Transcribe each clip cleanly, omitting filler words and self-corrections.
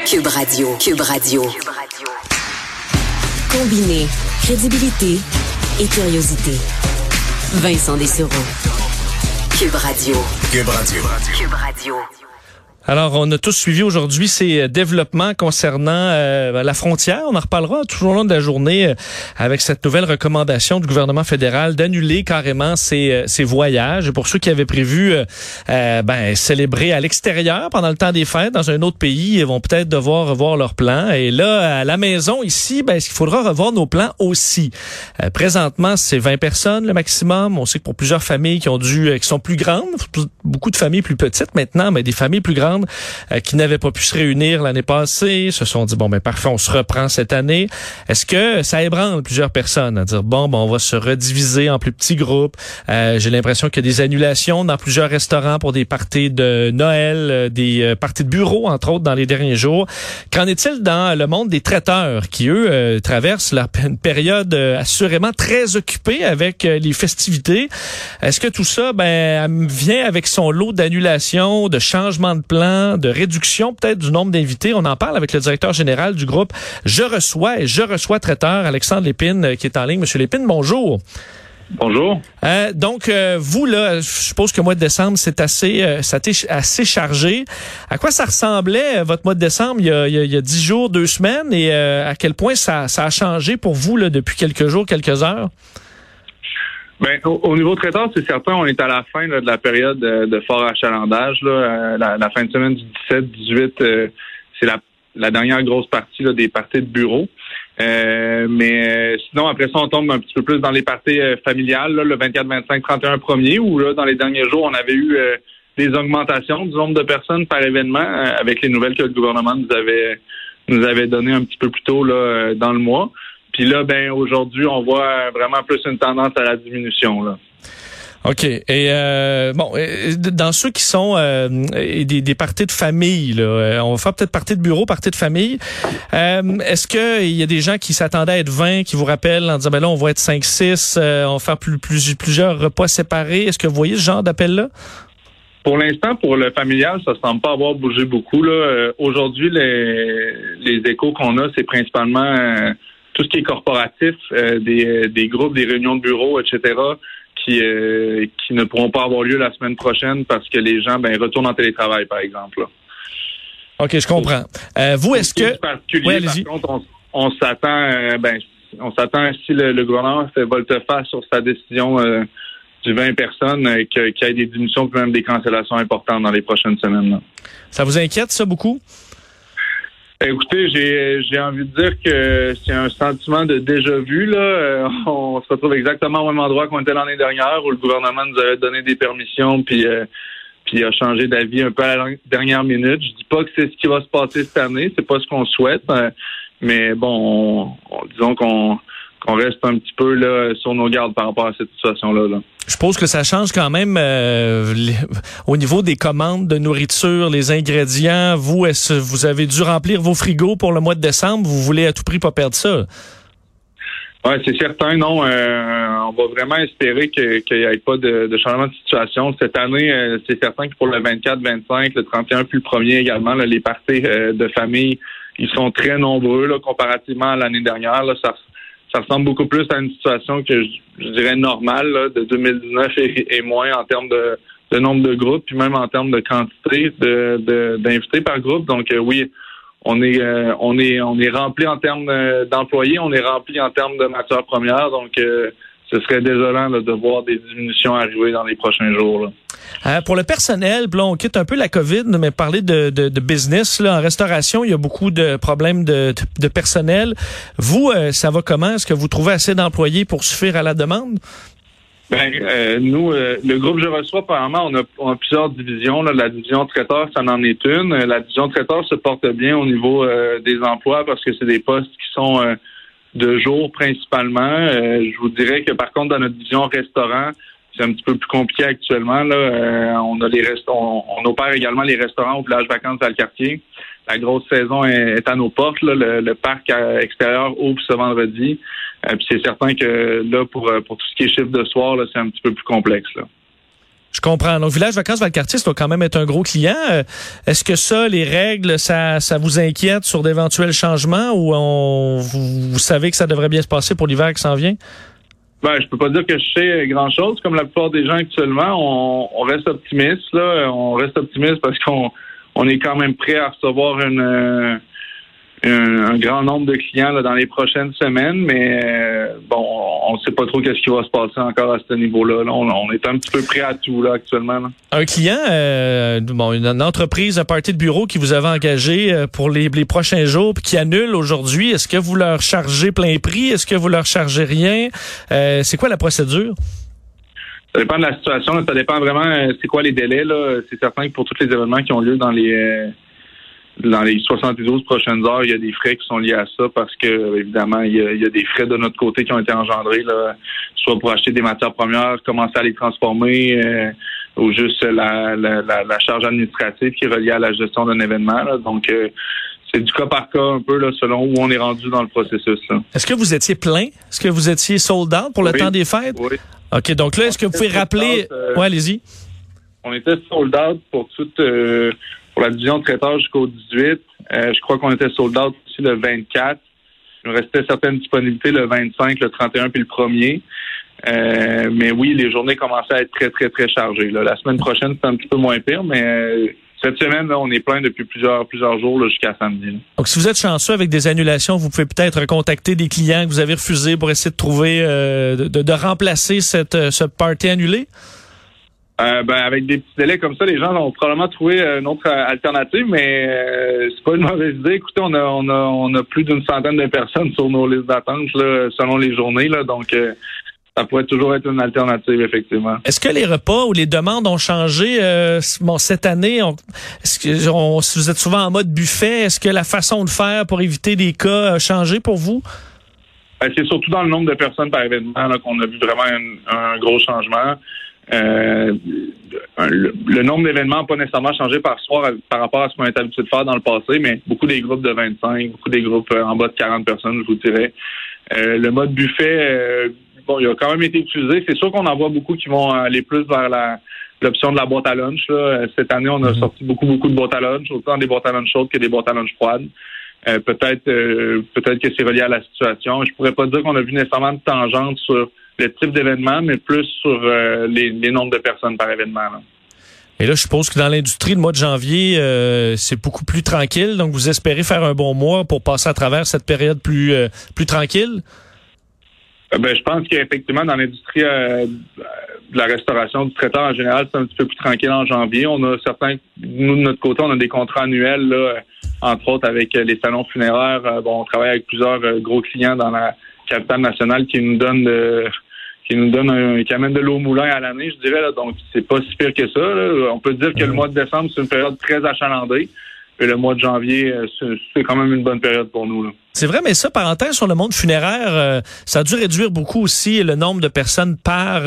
Cube Radio. Cube Radio. Combiner crédibilité et curiosité. Vincent Dessureau. Cube Radio. Cube Radio. Cube Radio. Alors, on a tous suivi aujourd'hui ces développements concernant la frontière. On en reparlera tout au long de la journée avec cette nouvelle recommandation du gouvernement fédéral d'annuler carrément ces voyages. Et pour ceux qui avaient prévu célébrer à l'extérieur pendant le temps des fêtes dans un autre pays, ils vont peut-être devoir revoir leurs plans. Et là, à la maison ici, est-ce qu'il faudra revoir nos plans aussi? Présentement, c'est 20 personnes le maximum. On sait que pour plusieurs familles qui sont plus grandes, beaucoup de familles plus petites maintenant, mais des familles plus grandes qui n'avaient pas pu se réunir l'année passée, se sont dit, parfait, on se reprend cette année. Est-ce que ça ébranle plusieurs personnes à dire, on va se rediviser en plus petits groupes? J'ai l'impression qu'il y a des annulations dans plusieurs restaurants pour des parties de Noël, des parties de bureau, entre autres, dans les derniers jours. Qu'en est-il dans le monde des traiteurs qui, eux, traversent une période assurément très occupée avec les festivités? Est-ce que tout ça vient avec son lot d'annulations, de changements de plan, de réduction peut-être du nombre d'invités? On en parle avec le directeur général du groupe Je reçois traiteur, Alexandre Lépine, qui est en ligne. Monsieur Lépine, bonjour. Bonjour. Vous, là, je suppose que le mois de décembre, c'est assez chargé. À quoi ça ressemblait votre mois de décembre il y a 10 jours, 2 semaines, et à quel point ça a changé pour vous là, depuis quelques jours, quelques heures? Au niveau traiteur, c'est certain, on est à la fin là, de la période de fort achalandage. La fin de semaine du 17-18, c'est la dernière grosse partie là, des parties de bureau. Mais sinon, après ça, on tombe un petit peu plus dans les parties familiales, là, le 24, 25, 31 premier, où là, dans les derniers jours, on avait eu des augmentations du nombre de personnes par événement avec les nouvelles que le gouvernement nous avait données un petit peu plus tôt là, dans le mois. Puis là, aujourd'hui, on voit vraiment plus une tendance à la diminution, là. OK. Et dans ceux qui sont des parties de famille, là, on va faire peut-être partie de bureau, partie de famille. Est-ce que il y a des gens qui s'attendaient à être 20, qui vous rappellent en disant là, on va être 5-6, on va faire plusieurs repas séparés? Est-ce que vous voyez ce genre d'appel-là? Pour l'instant, pour le familial, ça semble pas avoir bougé beaucoup, là. Aujourd'hui, les échos qu'on a, c'est principalement tout ce qui est corporatif, des groupes, des réunions de bureau, etc., qui ne pourront pas avoir lieu la semaine prochaine parce que les gens retournent en télétravail, par exemple. Là. OK, je comprends. Vous, est-ce que... Oui, allez-y. Par contre, on s'attend si le gouvernement fait volte-face sur sa décision du 20 personnes, qu'il y ait des diminutions puis même des cancellations importantes dans les prochaines semaines. Là. Ça vous inquiète, ça, beaucoup? Écoutez, j'ai envie de dire que c'est un sentiment de déjà-vu, là. On se retrouve exactement au même endroit qu'on était l'année dernière, où le gouvernement nous avait donné des permissions, puis a changé d'avis un peu à la dernière minute. Je dis pas que c'est ce qui va se passer cette année, c'est pas ce qu'on souhaite, mais disons qu'on reste un petit peu là sur nos gardes par rapport à cette situation-là. Là. Je suppose que ça change quand même au niveau des commandes de nourriture, les ingrédients. Vous, est-ce que vous avez dû remplir vos frigos pour le mois de décembre? Vous voulez à tout prix pas perdre ça? Oui, c'est certain, non. On va vraiment espérer qu'il n'y ait pas de changement de situation. Cette année, c'est certain que pour le 24, 25, le 31 puis le 1er également, là, les parties de famille, ils sont très nombreux là, comparativement à l'année dernière. Là, ça ressemble beaucoup plus à une situation que je dirais normale là, de 2019 et moins en termes de nombre de groupes, puis même en termes de quantité d'invités par groupe. Donc oui, on est rempli en termes d'employés, on est rempli en termes de matières premières. Donc ce serait désolant là, de voir des diminutions arriver dans les prochains jours. Là. Pour le personnel, là, on quitte un peu la COVID, mais parler de business, là, en restauration, il y a beaucoup de problèmes de personnel. Vous, ça va comment? Est-ce que vous trouvez assez d'employés pour suffire à la demande? Nous, le groupe Je reçois, apparemment, on a plusieurs divisions. Là. La division traiteur, ça en est une. La division traiteur se porte bien au niveau des emplois parce que c'est des postes qui sont de jour principalement. Je vous dirais que par contre, dans notre division restaurant, c'est un petit peu plus compliqué actuellement. Là, on opère également les restaurants au village vacances Valcartier. La grosse saison est à nos portes. Là. Le parc extérieur ouvre ce vendredi. Puis c'est certain que là, pour tout ce qui est chiffre de soir, là, c'est un petit peu plus complexe. Là. Je comprends. Donc, Village Vacances Valcartier, ça doit quand même être un gros client. Est-ce que ça, les règles, ça vous inquiète sur d'éventuels changements ou vous savez que ça devrait bien se passer pour l'hiver qui s'en vient? Ben, je peux pas dire que je sais grand-chose. Comme la plupart des gens actuellement, on reste optimiste, là. On reste optimiste parce qu'on est quand même prêt à recevoir un grand nombre de clients là, dans les prochaines semaines, mais on ne sait pas trop qu'est-ce qui va se passer encore à ce niveau-là. Là, on est un petit peu prêt à tout là actuellement. Là. Un client, une entreprise, un party de bureau qui vous avait engagé pour les prochains jours puis qui annule aujourd'hui, est-ce que vous leur chargez plein prix? Est-ce que vous leur chargez rien? C'est quoi la procédure? Ça dépend de la situation. Là. Ça dépend vraiment c'est quoi les délais. Là. C'est certain que pour tous les événements qui ont lieu dans les 72 prochaines heures, il y a des frais qui sont liés à ça parce que, évidemment, il y a des frais de notre côté qui ont été engendrés, là, soit pour acheter des matières premières, commencer à les transformer, ou juste la charge administrative qui est reliée à la gestion d'un événement. Là. Donc, c'est du cas par cas un peu là, selon où on est rendu dans le processus. Là. Est-ce que vous étiez plein? Est-ce que vous étiez sold out pour le temps des fêtes? Oui. OK, donc là, est-ce que vous pouvez rappeler... Oui, allez-y. On était sold out pour pour la division de traiteur jusqu'au 18. Je crois qu'on était sold out aussi le 24. Il nous restait certaines disponibilités le 25, le 31 puis le 1er. Mais oui, les journées commençaient à être très, très, très chargées. Là. La semaine prochaine, c'est un petit peu moins pire, mais cette semaine, là, on est plein depuis plusieurs jours là, jusqu'à samedi. Là. Donc, si vous êtes chanceux avec des annulations, vous pouvez peut-être contacter des clients que vous avez refusés pour essayer de trouver, de remplacer ce party annulé? Avec des petits délais comme ça, les gens vont probablement trouver une autre alternative, mais c'est pas une mauvaise idée. Écoutez, on a plus d'une centaine de personnes sur nos listes d'attente là, selon les journées, là, donc ça pourrait toujours être une alternative, effectivement. Est-ce que les repas ou les demandes ont changé cette année? Si vous êtes souvent en mode buffet, est-ce que la façon de faire pour éviter des cas a changé pour vous? C'est surtout dans le nombre de personnes par événement là, qu'on a vu vraiment un gros changement. Le nombre d'événements n'a pas nécessairement changé par soir par rapport à ce qu'on est habitué de faire dans le passé, mais beaucoup des groupes de 25, beaucoup des groupes en bas de 40 personnes, je vous dirais. Le mode buffet, il a quand même été utilisé. C'est sûr qu'on en voit beaucoup qui vont aller plus vers l'option de la boîte à lunch. Là. Cette année, on a sorti beaucoup de boîtes à lunch, autant des boîtes à lunch chaudes que des boîtes à lunch froides. Peut-être que c'est relié à la situation. Je pourrais pas dire qu'on a vu nécessairement de tangente sur le type d'événement, mais plus sur les nombres de personnes par événement. Là. Et là, je suppose que dans l'industrie, le mois de janvier, c'est beaucoup plus tranquille. Donc, vous espérez faire un bon mois pour passer à travers cette période plus tranquille? Je pense qu'effectivement, dans l'industrie de la restauration, du traiteur en général, c'est un petit peu plus tranquille en janvier. On a nous de notre côté, on a des contrats annuels, là, entre autres avec les salons funéraires. On travaille avec plusieurs gros clients dans la capitale nationale qui nous amène de l'eau au moulin à l'année, je dirais. Là. Donc, c'est pas si pire que ça. Là. On peut dire que le mois de décembre, c'est une période très achalandée. Et le mois de janvier, c'est quand même une bonne période pour nous. Là. C'est vrai, mais ça, parenthèse sur le monde funéraire, ça a dû réduire beaucoup aussi le nombre de personnes par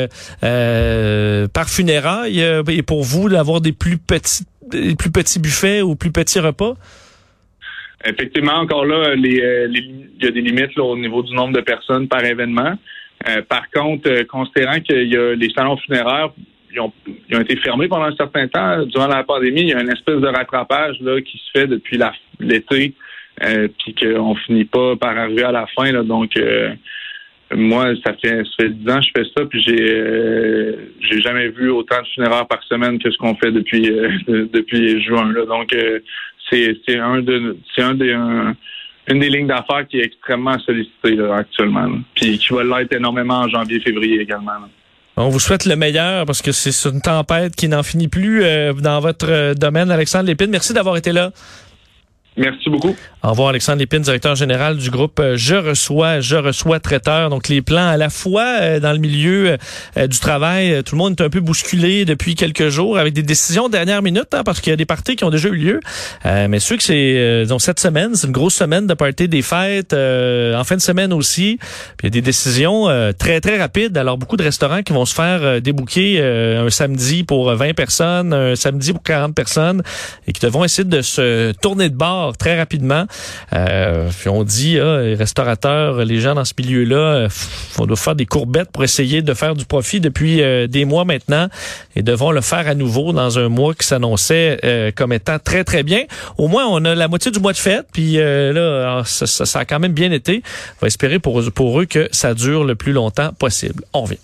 funérailles. Et pour vous, d'avoir des plus petits buffets ou plus petits repas? Effectivement, encore là, il y a des limites là, au niveau du nombre de personnes par événement. Par contre, considérant qu'il y a les salons funéraires, ils ont été fermés pendant un certain temps. Durant la pandémie, il y a une espèce de rattrapage là qui se fait depuis l'été, puis qu'on finit pas par arriver à la fin. Là. Donc, moi, ça fait 10 ans que je fais ça, puis j'ai jamais vu autant de funéraires par semaine que ce qu'on fait depuis juin. Là. Donc, c'est une des lignes d'affaires qui est extrêmement sollicitée là, actuellement, là. Puis qui va l'être énormément en janvier-février également. Là. On vous souhaite le meilleur parce que c'est une tempête qui n'en finit plus dans votre domaine. Alexandre Lépine, merci d'avoir été là. Merci beaucoup. Au revoir, Alexandre Lépine, directeur général du groupe Je reçois traiteur. Donc, les plans à la fois dans le milieu du travail, tout le monde est un peu bousculé depuis quelques jours avec des décisions de dernière minute, parce qu'il y a des parties qui ont déjà eu lieu. Mais ceux que c'est, cette semaine, c'est une grosse semaine de party des fêtes, en fin de semaine aussi. Puis il y a des décisions très, très rapides. Alors, beaucoup de restaurants qui vont se faire débooker un samedi pour 20 personnes, un samedi pour 40 personnes et qui devront essayer de se tourner de bord repart très rapidement. Puis on dit, les restaurateurs, les gens dans ce milieu-là, on doit faire des courbettes pour essayer de faire du profit depuis des mois maintenant et devront le faire à nouveau dans un mois qui s'annonçait comme étant très, très bien. Au moins, on a la moitié du mois de fête, puis là, ça a quand même bien été. On va espérer pour eux que ça dure le plus longtemps possible. On revient.